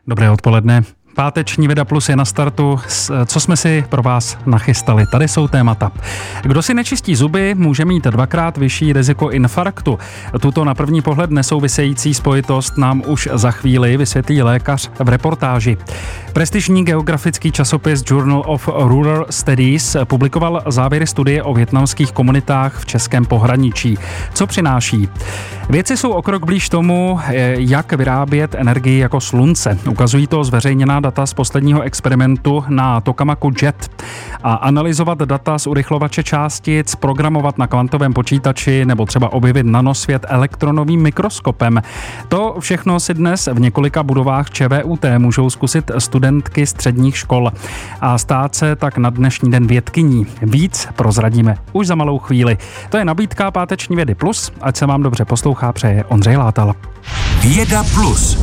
Dobré odpoledne. Páteční Věda Plus je na startu. Co jsme si pro vás nachystali? Tady jsou témata. Kdo si nečistí zuby, může mít dvakrát vyšší riziko infarktu. Tuto na první pohled nesouvisející spojitost nám už za chvíli vysvětlí lékař v reportáži. Prestižní geografický časopis Journal of Rural Studies publikoval závěry studie o vietnamských komunitách v českém pohraničí. Co přináší? Vědci jsou o krok blíž tomu, jak vyrábět energii jako slunce. Ukazují to zveřejněná data z posledního experimentu na Tokamaku Jet. A analyzovat data z urychlovače částic, programovat na kvantovém počítači nebo třeba objevit nanosvět elektronovým mikroskopem. To všechno si dnes v několika budovách ČVUT můžou zkusit studentky středních škol a stát se tak na dnešní den vědkyní. Víc prozradíme už za malou chvíli. To je nabídka Páteční Vědy Plus. Ať se vám dobře poslouchá, přeje Ondřej Látal. Věda Plus.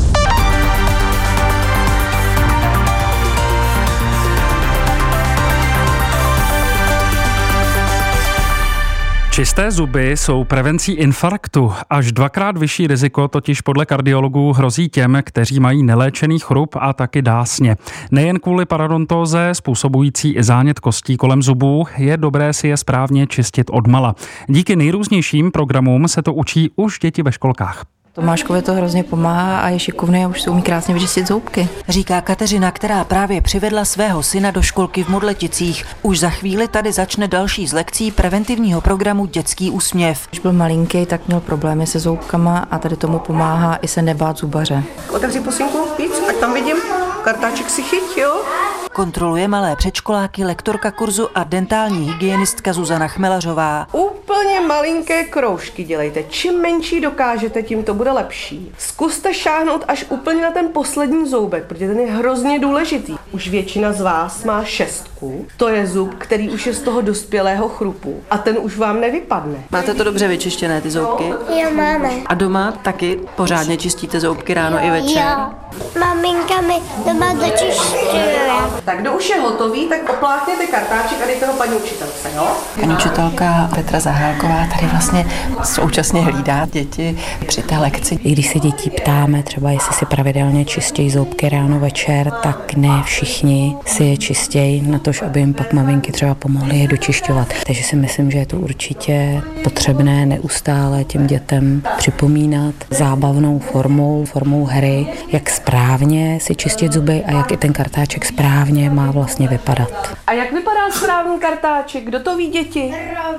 Čisté zuby jsou prevencí infarktu. Až dvakrát vyšší riziko totiž podle kardiologů hrozí těm, kteří mají neléčený chrup a taky dásně. Nejen kvůli parodontóze způsobující i zánět kostí kolem zubů, je dobré si je správně čistit odmala. Díky nejrůznějším programům se to učí už děti ve školkách. Tomáškovi to hrozně pomáhá a je šikovný a už se umí krásně vyčistit zoubky. Říká Kateřina, která právě přivedla svého syna do školky v Modleticích. Už za chvíli tady začne další z lekcí preventivního programu Dětský úsměv. Když byl malinký, tak měl problémy se zoubkama a tady tomu pomáhá i se nebát zubaře. Otevři pusinku víc, ať tam vidím. Kartáček si chyť, jo? Kontroluje malé předškoláky lektorka kurzu a dentální hygienistka Zuzana Chmelařová. Úplně malinké kroužky dělejte. Čím menší dokážete, tím to bude lepší. Zkuste šáhnout až úplně na ten poslední zoubek, protože ten je hrozně důležitý. Už většina z vás má 6. To je zub, který už je z toho dospělého chrupu a ten už vám nevypadne. Máte to dobře vyčištěné, ty zoubky? Jo, máme. A doma taky pořádně čistíte zoubky ráno i večer? Jo. Maminka mi doma dočišťuje. Tak kdo už je hotový, tak opláchněte kartáček a dejte ho paní učitelce, jo? Paní učitelka Petra Zahálková tady vlastně současně hlídá děti při té lekci. I když se dětí ptáme třeba, jestli si pravidelně čistějí zoubky ráno večer, tak ne všichni si je čistějí na to, aby jim pak maminky třeba pomohly je dočišťovat. Takže si myslím, že je to určitě potřebné neustále těm dětem připomínat zábavnou formou hry, jak správně si čistit zuby a jak i ten kartáček správně má vlastně vypadat. A jak vypadá správný kartáček? Kdo to ví, děti?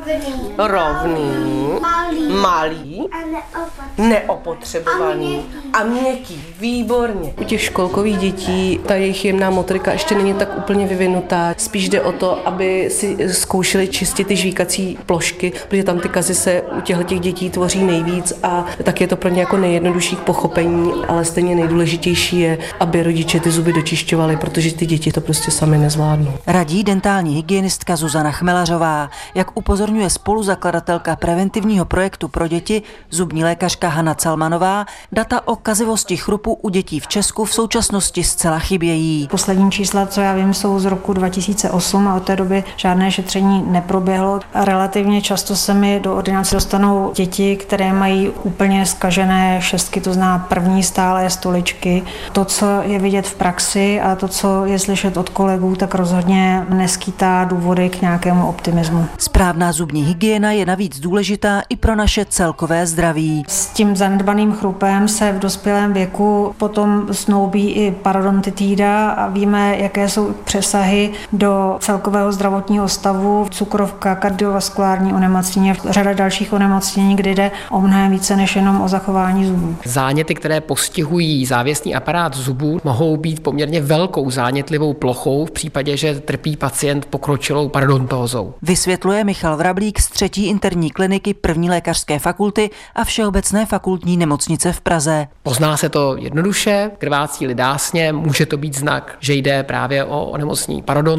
Rovný. Malý. A Neopotřebovaný. A měkký. Výborně. U těch školkových dětí ta jejich jemná motorika ještě není tak úplně vyvinutá. Spíš jde o to, aby si zkoušeli čistit ty žvíkací plošky, protože tam ty kazy se u těchto dětí tvoří nejvíc a tak je to pro ně jako nejjednodušší k pochopení, ale stejně nejdůležitější je, aby rodiče ty zuby dočišťovali, protože ty děti to prostě sami nezvládnou. Radí dentální hygienistka Zuzana Chmelařová. Jak upozorňuje spoluzakladatelka preventivního projektu pro děti, zubní lékařka Hana Calmanová, data o kazivosti chrupu u dětí v Česku v současnosti zcela chybějí. Poslední čísla, co já vím, jsou z roku 2008 a od té doby žádné šetření neproběhlo. A relativně často se mi do ordinace dostanou děti, které mají úplně zkažené šestky, to znamená první stálé stoličky. To, co je vidět v praxi a to, co je slyšet od kolegů, tak rozhodně neskýtá důvody k nějakému optimismu. Správná zubní hygiena je navíc důležitá i pro naše celkové zdraví. S tím zanedbaným chrupem se v dospělém věku potom snoubí i parodontitída a víme, jaké jsou přesahy do celkového zdravotního stavu, cukrovka, kardiovaskulární onemocnění a řada dalších onemocnění, kde jde o mnohem více než jenom o zachování zubů. Záněty, které postihují závěsný aparát zubů, mohou být poměrně velkou zánětlivou plochou v případě, že trpí pacient pokročilou parodontózou. Vysvětluje Michal Vrablík z 3. interní kliniky 1. lékařské fakulty a Všeobecné fakultní nemocnice v Praze. Pozná se to jednoduše, krvácí-li dásně, může to být znak, že jde právě o onemocnění parodontózy.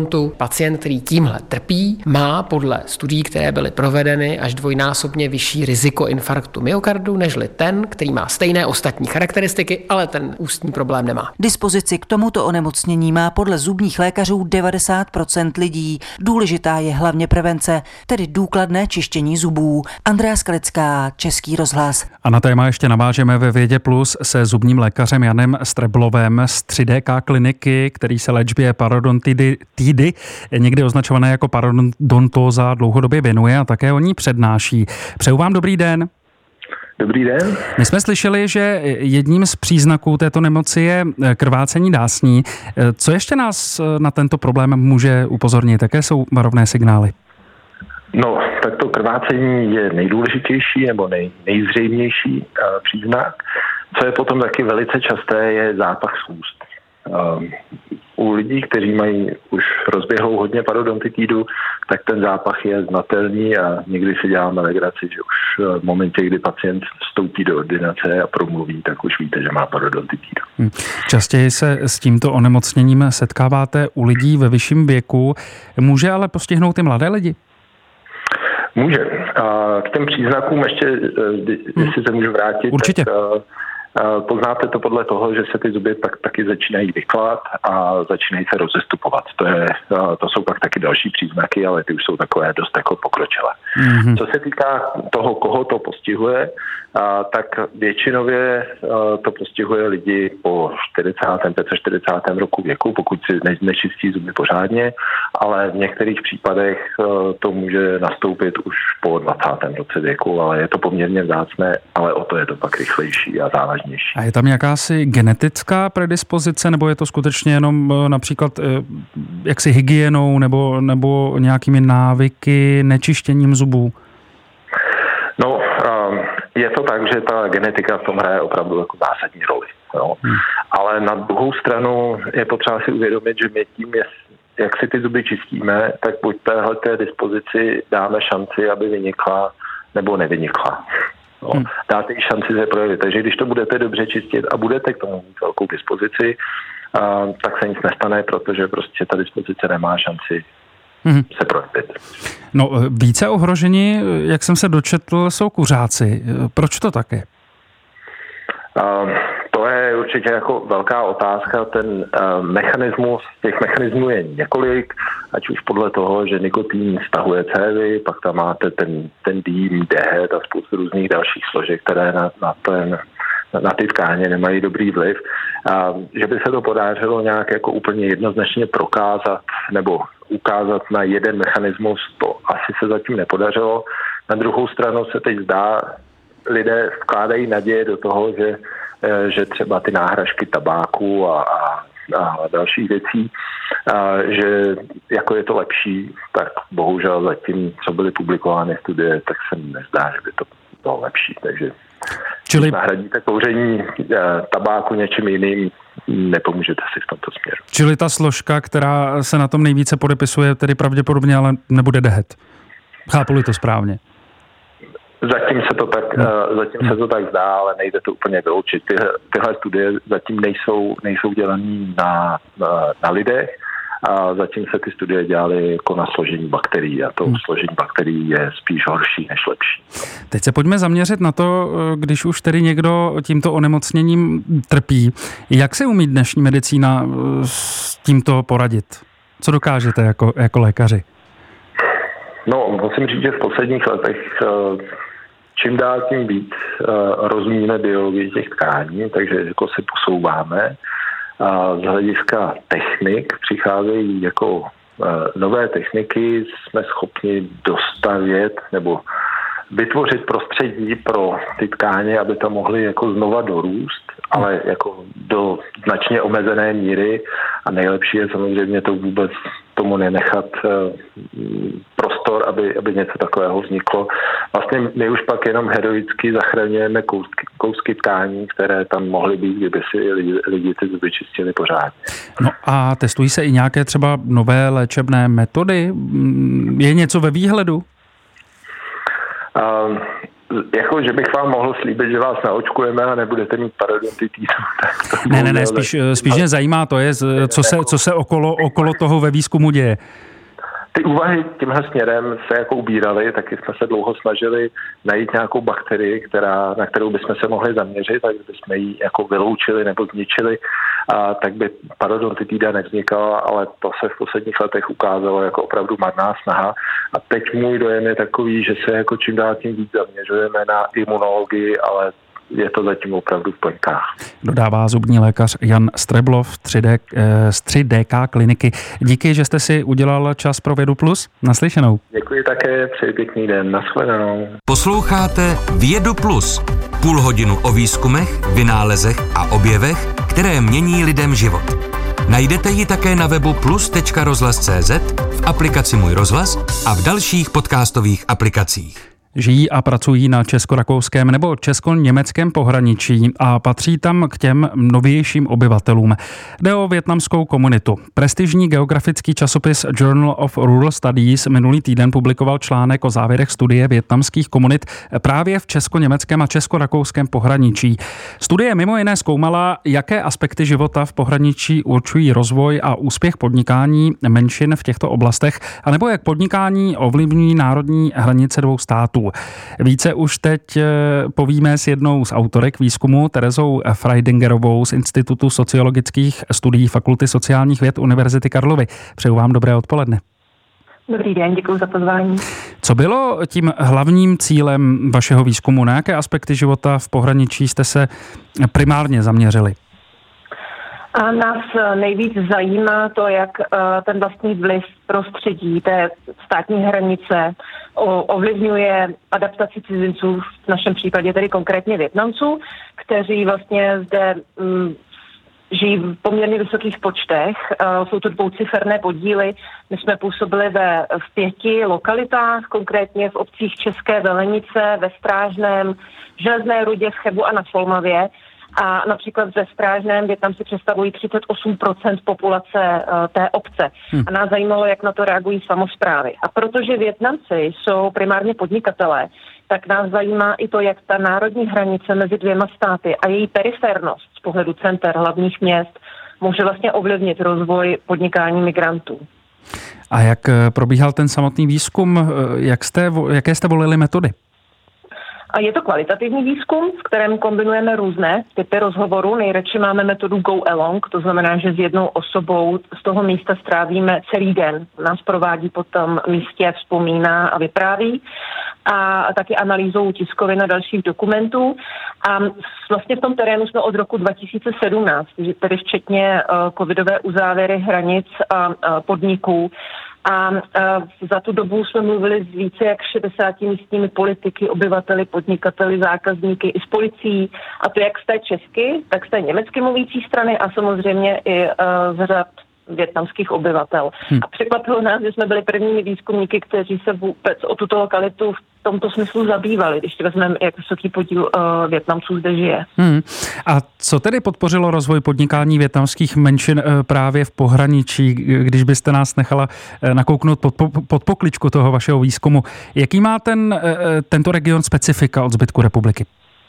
parodontu. Pacient, který tímhle trpí, má podle studií, které byly provedeny, až dvojnásobně vyšší riziko infarktu myokardu, nežli ten, který má stejné ostatní charakteristiky, ale ten ústní problém nemá. Dispozici k tomuto onemocnění má podle zubních lékařů 90% lidí. Důležitá je hlavně prevence, tedy důkladné čištění zubů. Andrea Skalická, Český rozhlas. A na téma ještě navážeme ve Vědě Plus se zubním lékařem Janem Streblovem z 3DK kliniky, který se léčbě parodontidy, někdy označované jako parodontóza, dlouhodobě věnuje a také o ní přednáší. Přeju vám dobrý den. Dobrý den. My jsme slyšeli, že jedním z příznaků této nemoci je krvácení dásní. Co ještě nás na tento problém může upozornit? Jaké jsou varovné signály? No, tak to krvácení je nejdůležitější nebo nejzřejmější příznak. Co je potom taky velice časté, je zápach z úst. U lidí, kteří mají už rozběhlou hodně parodontitidu, tak ten zápach je znatelný a někdy si děláme legraci, že už v momentě, kdy pacient vstoupí do ordinace a promluví, tak už víte, že má parodontitidu. Častěji se s tímto onemocněním setkáváte u lidí ve vyšším věku. Může ale postihnout i mladé lidi? Může. K těm příznakům ještě, jestli se můžu vrátit, určitě. Tak poznáte to podle toho, že se ty zuby taky začínají vyklat a začínají se rozestupovat. To jsou pak taky další příznaky, ale ty už jsou takové dost jako pokročilé. Mm-hmm. Co se týká toho, koho to postihuje, tak většinově to postihuje lidi po 40. roku věku, pokud si nečistí zuby pořádně, ale v některých případech to může nastoupit už po 20. roce věku, ale je to poměrně vzácné, ale o to je to pak rychlejší a závažnější. A je tam jakási genetická predispozice, nebo je to skutečně jenom například jaksi hygienou nebo nějakými návyky, nečištěním zubů? No, je to tak, že ta genetika v tom hraje opravdu jako zásadní roli. Jo? Ale na druhou stranu je potřeba si uvědomit, že my tím, jak si ty zuby čistíme, tak buď téhleté dispozici dáme šanci, aby vynikla nebo nevynikla. No, dáte jí šanci se projevit. Takže když to budete dobře čistit a budete k tomu mít velkou dispozici, tak se nic nestane, protože prostě ta dispozice nemá šanci se projevit. No, více ohroženi, jak jsem se dočetl, jsou kuřáci. Proč to tak je? To je určitě jako velká otázka. Ten mechanismus, těch mechanismů je několik, ať už podle toho, že nikotin stahuje cévy, pak tam máte ten dým, dehet a spoustu různých dalších složek, které na ty tkáně nemají dobrý vliv. Že by se to podařilo nějak jako úplně jednoznačně prokázat nebo ukázat na jeden mechanismus, to asi se zatím nepodařilo. Na druhou stranu se teď zdá, lidé vkládají naděje do toho, že třeba ty náhražky tabáku a dalších věcí, že jako je to lepší, tak bohužel zatím, co byly publikovány studie, tak se nezdá, že by to bylo lepší. Takže když nahradíte kouření tabáku něčím jiným, nepomůžete si v tomto směru. Čili ta složka, která se na tom nejvíce podepisuje, tedy pravděpodobně ale nebude dehet. Chápu-li to správně? Zatím se to tak zdá, ale nejde to úplně vyloučit. Tyhle studie zatím nejsou dělané na lidech a zatím se ty studie dělaly jako na složení bakterií a to složení bakterií je spíš horší než lepší. Teď se pojďme zaměřit na to, když už tedy někdo tímto onemocněním trpí. Jak se umí dnešní medicína s tímto poradit? Co dokážete jako lékaři? No, musím říct, že v posledních letech čím dál tím víc rozumíme biologii těch tkání, takže jako se posouváme. A z hlediska technik přicházejí jako nové techniky, jsme schopni dostavět nebo vytvořit prostředí pro ty tkáně, aby to mohly jako znova dorůst, ale jako do značně omezené míry a nejlepší je samozřejmě to vůbec tomu nenechat prostor, aby něco takového vzniklo. Vlastně my už pak jenom heroicky zachraňujeme kousky tkání, které tam mohly být, kdyby si lidi ty zuby čistili pořádně. No a testují se i nějaké třeba nové léčebné metody? Je něco ve výhledu? Jako, že bych vám mohl slíbit, že vás naočkujeme a nebudete mít parodontitídu. Ne, spíš mě zajímá to je, co se okolo toho ve výzkumu děje. Ty úvahy tímhle směrem se jako ubíraly, taky jsme se dlouho snažili najít nějakou bakterii, na kterou bychom se mohli zaměřit, a kdybychom ji jako vyloučili nebo zničili, tak by parodontitída nevznikala, ale to se v posledních letech ukázalo jako opravdu marná snaha. A teď můj dojem je takový, že se jako čím dál tím víc zaměřujeme na imunologii, ale je to zatím opravdu v plenkách. Dodává zubní lékař Jan Streblov z 3DK kliniky. Díky, že jste si udělal čas pro Vědu Plus. Naslyšenou. Děkuji také, přeji pěkný den. Nashledanou. Posloucháte Vědu Plus. Půl hodinu o výzkumech, vynálezech a objevech, které mění lidem život. Najdete ji také na webu plus.rozhlas.cz, v aplikaci Můj rozhlas a v dalších podcastových aplikacích. Žijí a pracují na česko-rakouském nebo česko-německém pohraničí a patří tam k těm novějším obyvatelům. Jde o vietnamskou komunitu. Prestižní geografický časopis Journal of Rural Studies minulý týden publikoval článek o závěrech studie vietnamských komunit právě v česko-německém a česko-rakouském pohraničí. Studie mimo jiné zkoumala, jaké aspekty života v pohraničí určují rozvoj a úspěch podnikání menšin v těchto oblastech, anebo jak podnikání ovlivňují národní hranice dvou států. Více už teď povíme s jednou z autorek výzkumu, Terezou Freidingerovou z Institutu sociologických studií Fakulty sociálních věd Univerzity Karlovy. Přeju vám dobré odpoledne. Dobrý den, děkuji za pozvání. Co bylo tím hlavním cílem vašeho výzkumu? Na jaké aspekty života v pohraničí jste se primárně zaměřili? A nás nejvíc zajímá to, jak ten vlastní vliv prostředí té státní hranice ovlivňuje adaptaci cizinců, v našem případě tedy konkrétně Vietnamců, kteří vlastně zde žijí v poměrně vysokých počtech. Jsou to dvouciferné podíly. My jsme působili v 5 lokalitách, konkrétně v obcích České Velenice, ve Strážném, v Železné Rudě, v Chebu a na Šolmavě. A například ve Strážném Vietnamci představují 38% populace té obce. A nás zajímalo, jak na to reagují samosprávy. A protože Vietnamci jsou primárně podnikatelé, tak nás zajímá i to, jak ta národní hranice mezi dvěma státy a její perifernost z pohledu center hlavních měst může vlastně ovlivnit rozvoj podnikání migrantů. A jak probíhal ten samotný výzkum? Jaké jste volili metody? A je to kvalitativní výzkum, v kterém kombinujeme různé typy rozhovorů. Nejradši máme metodu go along, to znamená, že s jednou osobou z toho místa strávíme celý den. Nás provádí po tom místě, vzpomíná a vypráví. A taky analýzou tiskovin a dalších dokumentů. A vlastně v tom terénu jsme od roku 2017, tedy včetně covidové uzávěry hranic a podniků. A za tu dobu jsme mluvili s více jak 60 místními politiky, obyvateli, podnikateli, zákazníky i s policií. A to jak z té česky, tak z té německy mluvící strany a samozřejmě i z řad vietnamských obyvatel. A překvapilo nás, že jsme byli prvními výzkumníky, kteří se vůbec o tuto lokalitu v tomto smyslu zabývali, když vezmeme, jak vysoký podíl Vietnamců zde žije. A co tedy podpořilo rozvoj podnikání vietnamských menšin právě v pohraničí, když byste nás nechala nakouknout pod pokličku toho vašeho výzkumu? Jaký má tento region specifika od zbytku republiky?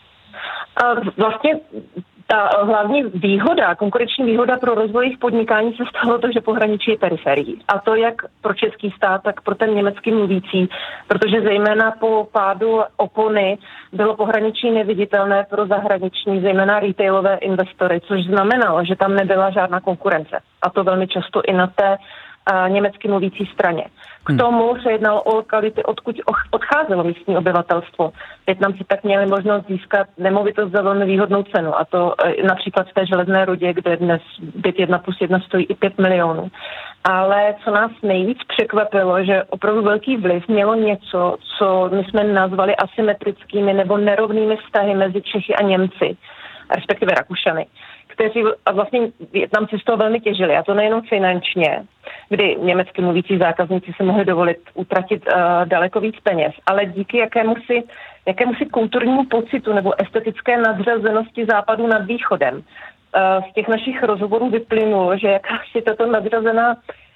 Vlastně ta hlavní výhoda, konkurenční výhoda pro rozvoj jejich podnikání se stalo to, že pohraničí je periferií. A to jak pro český stát, tak pro ten německý mluvící, protože zejména po pádu opony bylo pohraničí neviditelné pro zahraniční, zejména retailové investory, což znamenalo, že tam nebyla žádná konkurence. A to velmi často i na té německy mluvící straně. K tomu se jednalo o lokality, odkud odcházelo místní obyvatelstvo. Vietnamci tak měli možnost získat nemovitost za velmi výhodnou cenu. A to například v té Železné Rudě, kde dnes byt 1+1 stojí i 5 milionů. Ale co nás nejvíc překvapilo, že opravdu velký vliv mělo něco, co my jsme nazvali asymetrickými nebo nerovnými vztahy mezi Čechy a Němci, respektive Rakušany, kteří vlastně Vietnamci z toho velmi těžili, a to nejenom finančně, kdy německy mluvící zákazníci si mohli dovolit utratit daleko víc peněz, ale díky jakémusi kulturnímu pocitu nebo estetické nadřazenosti západu nad východem. Z těch našich rozhovorů vyplynulo, že jakási tato nadřazená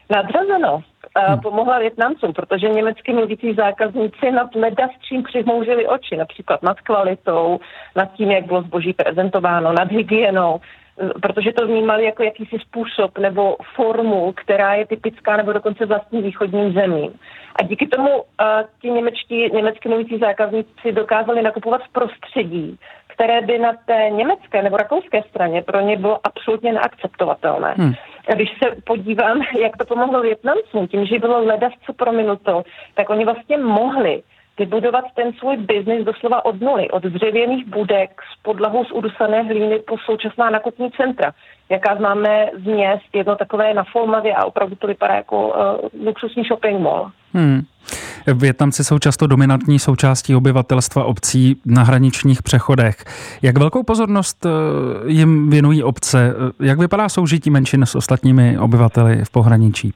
nadřazenost pomohla Vietnamcům, protože německy mluvící zákazníci nad ledavčím přimhouřili oči, například nad kvalitou, nad tím, jak bylo zboží prezentováno, nad hygienou, protože to vnímali jako jakýsi způsob nebo formu, která je typická nebo dokonce vlastní východním zemím. A díky tomu ti německy mluvící zákazníci dokázali nakupovat v prostředí, které by na té německé nebo rakouské straně pro ně bylo absolutně neakceptovatelné. A když se podívám, jak to pomohlo Vietnamcům, tím, že bylo ledavce prominuto, tak oni vlastně mohli vybudovat ten svůj biznis doslova od nuly, od dřevěných budek s podlahou z udusané hlíny po současná nakupní centra, jaká známe z měst, jedno takové na Folmavě a opravdu to vypadá jako luxusní shopping mall. Vietnamci jsou často dominantní součástí obyvatelstva obcí na hraničních přechodech. Jak velkou pozornost jim věnují obce? Jak vypadá soužití menšin s ostatními obyvateli v pohraničí?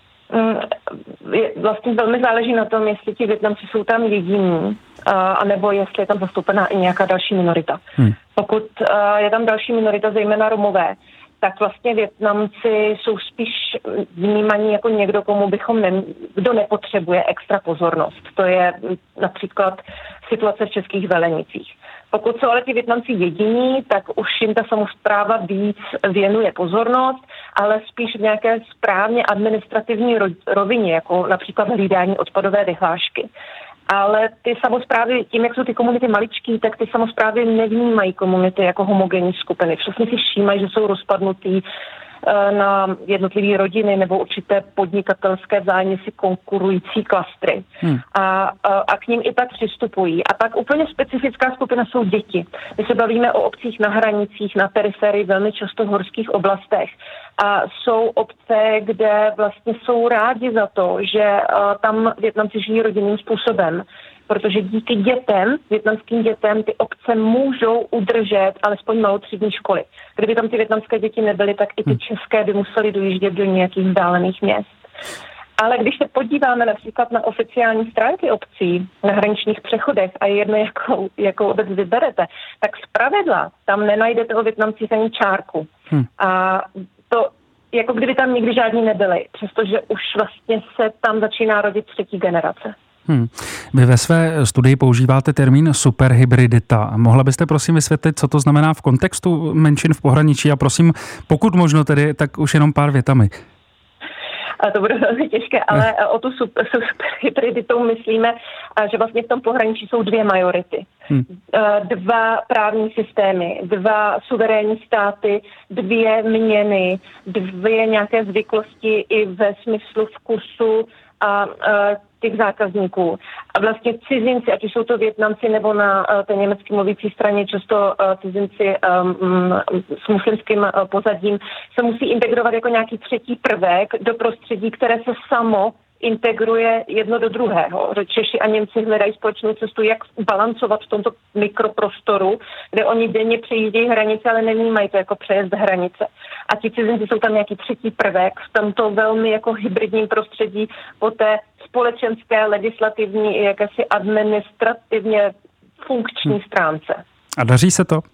Vlastně velmi záleží na tom, jestli ti Vietnamci jsou tam jediní, anebo jestli je tam zastoupená i nějaká další minorita. Pokud je tam další minorita, zejména Romové, tak vlastně Vietnamci jsou spíš vnímaní jako někdo, kdo nepotřebuje extra pozornost. To je například situace v Českých Velenicích. Pokud jsou ale ti Vietnamci jediní, tak už jim ta samospráva víc věnuje pozornost, ale spíš v nějaké správně administrativní rovině, jako například hlídání odpadové vyhlášky. Ale ty samosprávy, tím, jak jsou ty komunity maličký, tak ty samosprávy nevnímají komunity jako homogenní skupiny. Přesně si všímají, že jsou rozpadnutý na jednotlivé rodiny nebo určité podnikatelské vzájemně si konkurující klastry. A k ním i tak přistupují. A pak úplně specifická skupina jsou děti. My se bavíme o obcích na hranicích, na periferii, velmi často v horských oblastech. A jsou obce, kde vlastně jsou rádi za to, že tam Vietnamci žijí rodinným způsobem. Protože díky vietnamským dětem, ty obce můžou udržet alespoň malotřídní školy. Kdyby tam ty vietnamské děti nebyly, tak i ty české by musely dojíždět do nějakých vzdálených měst. Ale když se podíváme například na oficiální stránky obcí na hraničních přechodech a je jedno, jakou obec vyberete, tak zpravidla tam nenajdete o Vietnamcích ani čárku. A to jako kdyby tam nikdy žádní nebyli, přestože už vlastně se tam začíná rodit třetí generace. Vy ve své studii používáte termín superhybridita. Mohla byste prosím vysvětlit, co to znamená v kontextu menšin v pohraničí a prosím, pokud možno tedy, tak už jenom pár větami. To bude velmi těžké, ale o tu superhybriditou myslíme, že vlastně v tom pohraničí jsou dvě majority. Dva právní systémy, dva suverénní státy, dvě měny, dvě nějaké zvyklosti i ve smyslu vkusu a těch zákazníků. A vlastně cizinci, ať už jsou to Vietnamci nebo na té německy mluvící straně, často cizinci s muslimským pozadím, se musí integrovat jako nějaký třetí prvek do prostředí, které se samo integruje jedno do druhého. Češi a Němci hledají společnou cestu, jak balancovat v tomto mikroprostoru, kde oni denně přejíždějí hranice, ale nevnímají to jako přejezd hranice. A ti cizinci jsou tam nějaký třetí prvek v tomto velmi jako hybridním prostředí po té společenské, legislativní i jakési administrativně funkční stránce. A daří se to?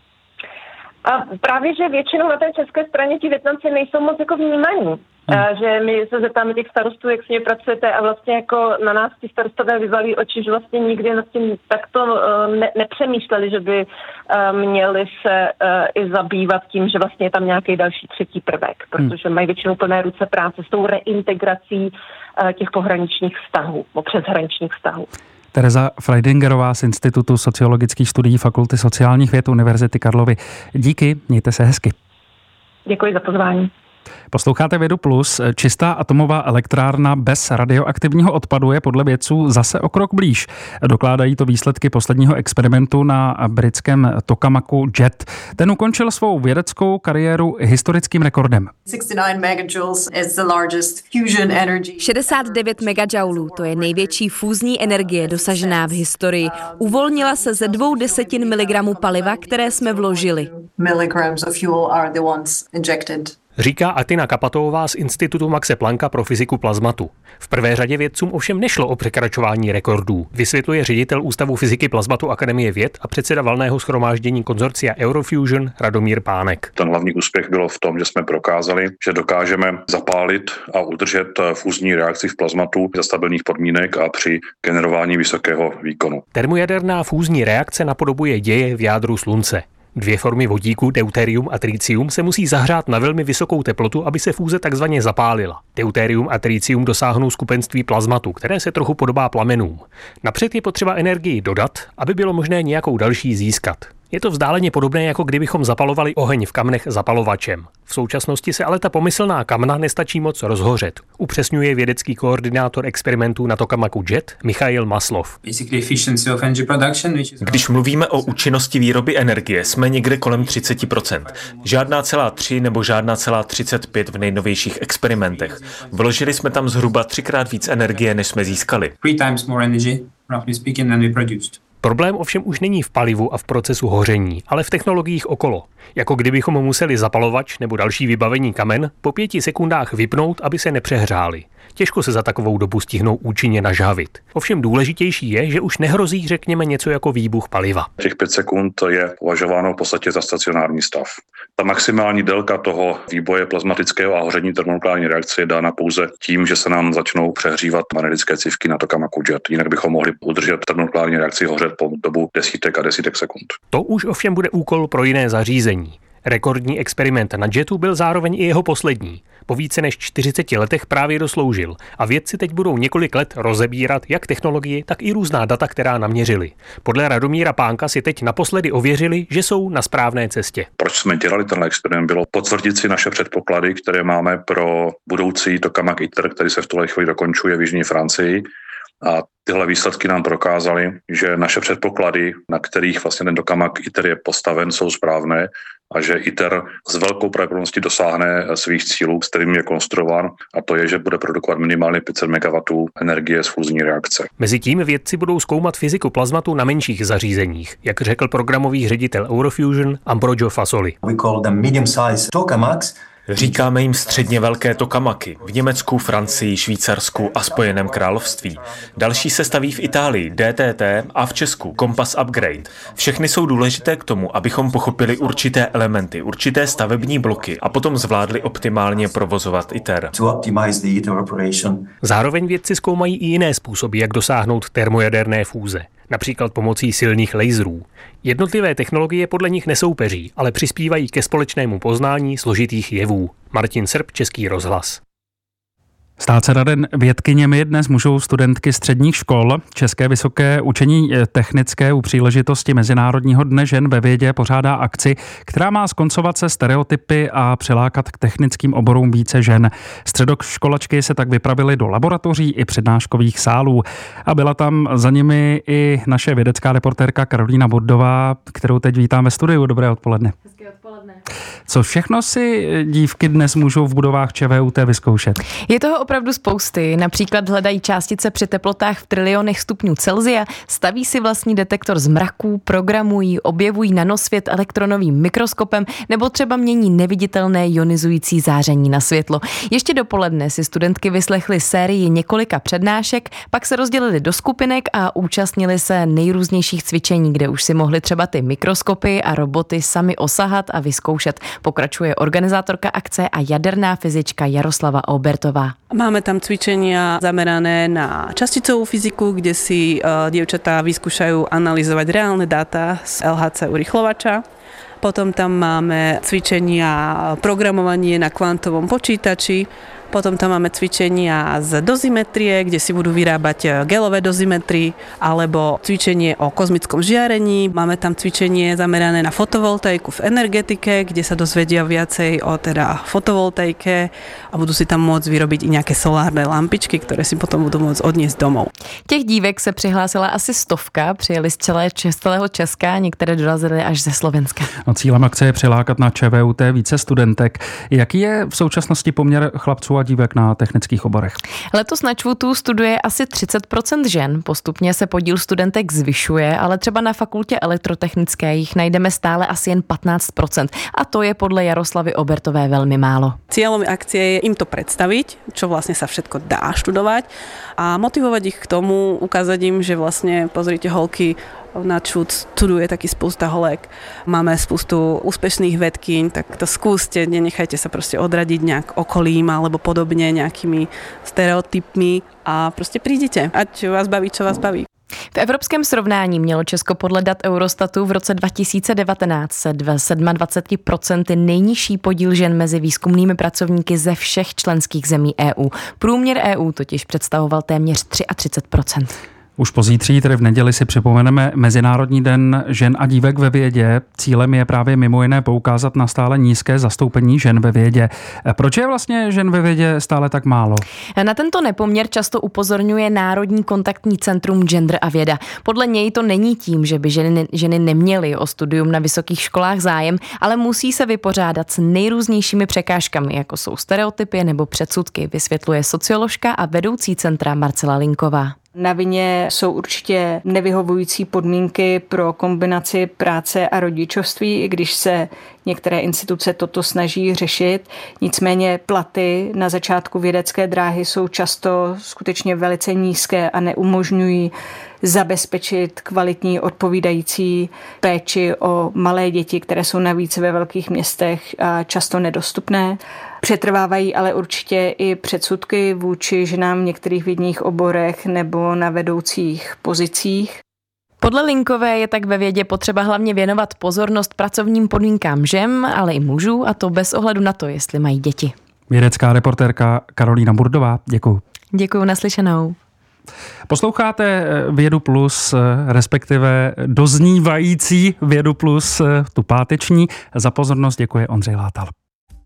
A právě, že většinou na té české straně ti Vietnamci nejsou moc jako vnímaní. Že my se zeptáme těch starostů, jak s nimi pracujete a vlastně jako na nás ti starostové vyvalí oči, že vlastně nikdy nad tím takto nepřemýšleli, že by měli se i zabývat tím, že vlastně je tam nějaký další třetí prvek, protože mají většinou plné ruce práce s tou reintegrací těch pohraničních vztahů, přeshraničních vztahů. Tereza Freidingerová z Institutu sociologických studií Fakulty sociálních věd Univerzity Karlovy. Díky, mějte se hezky. Děkuji za pozvání. Posloucháte Vědu Plus. Čistá atomová elektrárna bez radioaktivního odpadu je podle vědců zase o krok blíž. Dokládají to výsledky posledního experimentu na britském Tokamaku JET. Ten ukončil svou vědeckou kariéru historickým rekordem. 69 megajoulů, to je největší fúzní energie dosažená v historii. Uvolnila se ze 0,2 mg paliva, které jsme vložili. Říká Atina Kapatová z Institutu Maxe Plancka pro fyziku plazmatu. V prvé řadě vědcům ovšem nešlo o překračování rekordů, vysvětluje ředitel Ústavu fyziky plazmatu Akademie věd a předseda valného shromáždění konzorcia Eurofusion Radomír Pánek. Ten hlavní úspěch bylo v tom, že jsme prokázali, že dokážeme zapálit a udržet fúzní reakci v plazmatu za stabilních podmínek a při generování vysokého výkonu. Termojaderná fúzní reakce napodobuje děje v jádru Slunce. 2 formy vodíku, deutérium a tritium, se musí zahřát na velmi vysokou teplotu, aby se fúze takzvaně zapálila. Deutérium a tritium dosáhnou skupenství plazmatu, které se trochu podobá plamenům. Napřed je potřeba energii dodat, aby bylo možné nějakou další získat. Je to vzdáleně podobné, jako kdybychom zapalovali oheň v kamnech zapalovačem. V současnosti se ale ta pomyslná kamna nestačí moc rozhořet, upřesňuje vědecký koordinátor experimentů na tokamaku JET Michail Maslov. Když mluvíme o účinnosti výroby energie, jsme někde kolem 30%. Žádná celá 3 nebo žádná celá 35 v nejnovějších experimentech. Vložili jsme tam zhruba 3x víc energie, než jsme získali. Problém ovšem už není v palivu a v procesu hoření, ale v technologiích okolo. Jako kdybychom museli zapalovač nebo další vybavení kamen po 5 sekundách vypnout, aby se nepřehřáli. Těžko se za takovou dobu stihnou účinně nažhavit. Ovšem důležitější je, že už nehrozí, řekněme, něco jako výbuch paliva. Těch 5 sekund je považováno v podstatě za stacionární stav. Ta maximální délka toho výboje plazmatického a hoření termonukleární reakce je dána pouze tím, že se nám začnou přehřívat magnetické cívky na tokamaku JET. Jinak bychom mohli udržet termonukleární reakci hořet po dobu desítek a desítek sekund. To už ovšem bude úkol pro jiné zařízení. Rekordní experiment na JETu byl zároveň i jeho poslední. Po více než 40 letech právě dosloužil a vědci teď budou několik let rozebírat jak technologii, tak i různá data, která naměřili. Podle Radomíra Pánka si teď naposledy ověřili, že jsou na správné cestě. Proč jsme dělali ten experiment, bylo potvrdit si naše předpoklady, které máme pro budoucí tokamak ITER, který se v tuhle chvíli dokončuje v jižní Francii. A tyhle výsledky nám prokázaly, že naše předpoklady, na kterých vlastně ten tokamak ITER je postaven, jsou správné a že ITER s velkou pravděpodobností dosáhne svých cílů, s kterými je konstruován, a to je, že bude produkovat minimálně 500 MW energie z fúzní reakce. Mezitím vědci budou zkoumat fyziku plazmatu na menších zařízeních, jak řekl programový ředitel Eurofusion Ambrogio Fasoli. We call them medium-sized tokamaks. Říkáme jim středně velké tokamaky v Německu, Francii, Švýcarsku a Spojeném království. Další se staví v Itálii, DTT, a v Česku Compass Upgrade. Všechny jsou důležité k tomu, abychom pochopili určité elementy, určité stavební bloky a potom zvládli optimálně provozovat ITER. Zároveň vědci zkoumají i jiné způsoby, jak dosáhnout termojaderné fúze. Například pomocí silných laserů. Jednotlivé technologie podle nich nesoupeří, ale přispívají ke společnému poznání složitých jevů. Martin Srb, Český rozhlas. Stát se raden vědkyněmi dnes můžou studentky středních škol. České vysoké učení technické u příležitosti Mezinárodního dne žen ve vědě pořádá akci, která má skoncovat se stereotypy a přilákat k technickým oborům více žen. Středoškolačky se tak vypravily do laboratoří i přednáškových sálů. A byla tam za nimi i naše vědecká reportérka Karolína Burdová, kterou teď vítám ve studiu. Dobré odpoledne. Hezké odpoledne. Co všechno si dívky dnes můžou v budovách ČVUT vyzkoušet? Je toho opravdu spousty. Například hledají částice při teplotách v trilionech stupňů Celsia, staví si vlastní detektor zmraků, programují, objevují nanosvět elektronovým mikroskopem nebo třeba mění neviditelné ionizující záření na světlo. Ještě dopoledne si studentky vyslechly sérii několika přednášek, pak se rozdělili do skupinek a účastnili se nejrůznějších cvičení, kde už si mohli třeba ty mikroskopy a roboty sami osahat a vyzkoušet. Pokračuje organizátorka akce a jaderná fyzička Jaroslava Obertová. Máme tam cvičenia zamerané na časticovú fyziku, kde si dievčatá vyskúšajú analyzovať reálne dáta z LHC urychlovača. Potom tam máme cvičenia programovanie na kvantovom počítači. Potom tam máme cvičenia z dozimetrie, kde si budú vyrábať gelové dozimetry, alebo cvičenie o kozmickom žiarení. Máme tam cvičenie zamerané na fotovoltaiku v energetike, kde sa dozvedia viacej o teda fotovoltaike a budú si tam môcť vyrobiť i nejaké solárne lampičky, ktoré si potom budú môcť odniesť domov. Těch dívek se přihlásila asi 100, přijeli z celého Česka, některé dorazily až ze Slovenska. No, cílem akce je přilákat na ČVUT více studentek. Jaký je v současnosti poměr chlapců a dívek na technických oborech. Letos na ČVUTu studuje asi 30% žen. Postupně se podíl studentek zvyšuje, ale třeba na fakultě elektrotechnické jich najdeme stále asi jen 15%. A to je podle Jaroslavy Obertové velmi málo. Cieľom akcie je im to predstaviť, čo vlastne sa všetko dá študovať a motivovať ich k tomu, ukázať im, že vlastne pozrite holky, na ČVUT studuje taký spousta holek. Máme spoustu úspešných vedkyň, tak to skúste, nenechajte sa proste odradiť nejak okolím alebo podobne nejakými stereotypmi a proste prídite, ať vás baví, čo vás baví. V evropském srovnání mělo Česko podle dat Eurostatu v roce 2019 se 27% nejnižší podíl žen mezi výzkumnými pracovníky ze všech členských zemí EU. Průměr EU totiž představoval téměř 33%. Už pozítří, tedy v neděli, si připomeneme Mezinárodní den žen a dívek ve vědě. Cílem je právě mimo jiné poukázat na stále nízké zastoupení žen ve vědě. Proč je vlastně žen ve vědě stále tak málo? Na tento nepoměr často upozorňuje Národní kontaktní centrum Gender a věda. Podle něj to není tím, že by ženy neměly o studium na vysokých školách zájem, ale musí se vypořádat s nejrůznějšími překážkami, jako jsou stereotypy nebo předsudky, vysvětluje socioložka a vedoucí centra Marcela Linková. Na vině jsou určitě nevyhovující podmínky pro kombinaci práce a rodičovství, i když se některé instituce toto snaží řešit. Nicméně platy na začátku vědecké dráhy jsou často skutečně velice nízké a neumožňují zabezpečit kvalitní odpovídající péči o malé děti, které jsou navíc ve velkých městech a často nedostupné. Přetrvávají ale určitě i předsudky vůči ženám v některých vědních oborech nebo na vedoucích pozicích. Podle Linkové je tak ve vědě potřeba hlavně věnovat pozornost pracovním podmínkám žen, ale i mužů, a to bez ohledu na to, jestli mají děti. Vědecká reportérka Karolína Burdová, děkuju. Děkuju, naslyšenou. Posloucháte Vědu Plus, respektive doznívající Vědu Plus, tu páteční. Za pozornost děkuje Ondřej Látal.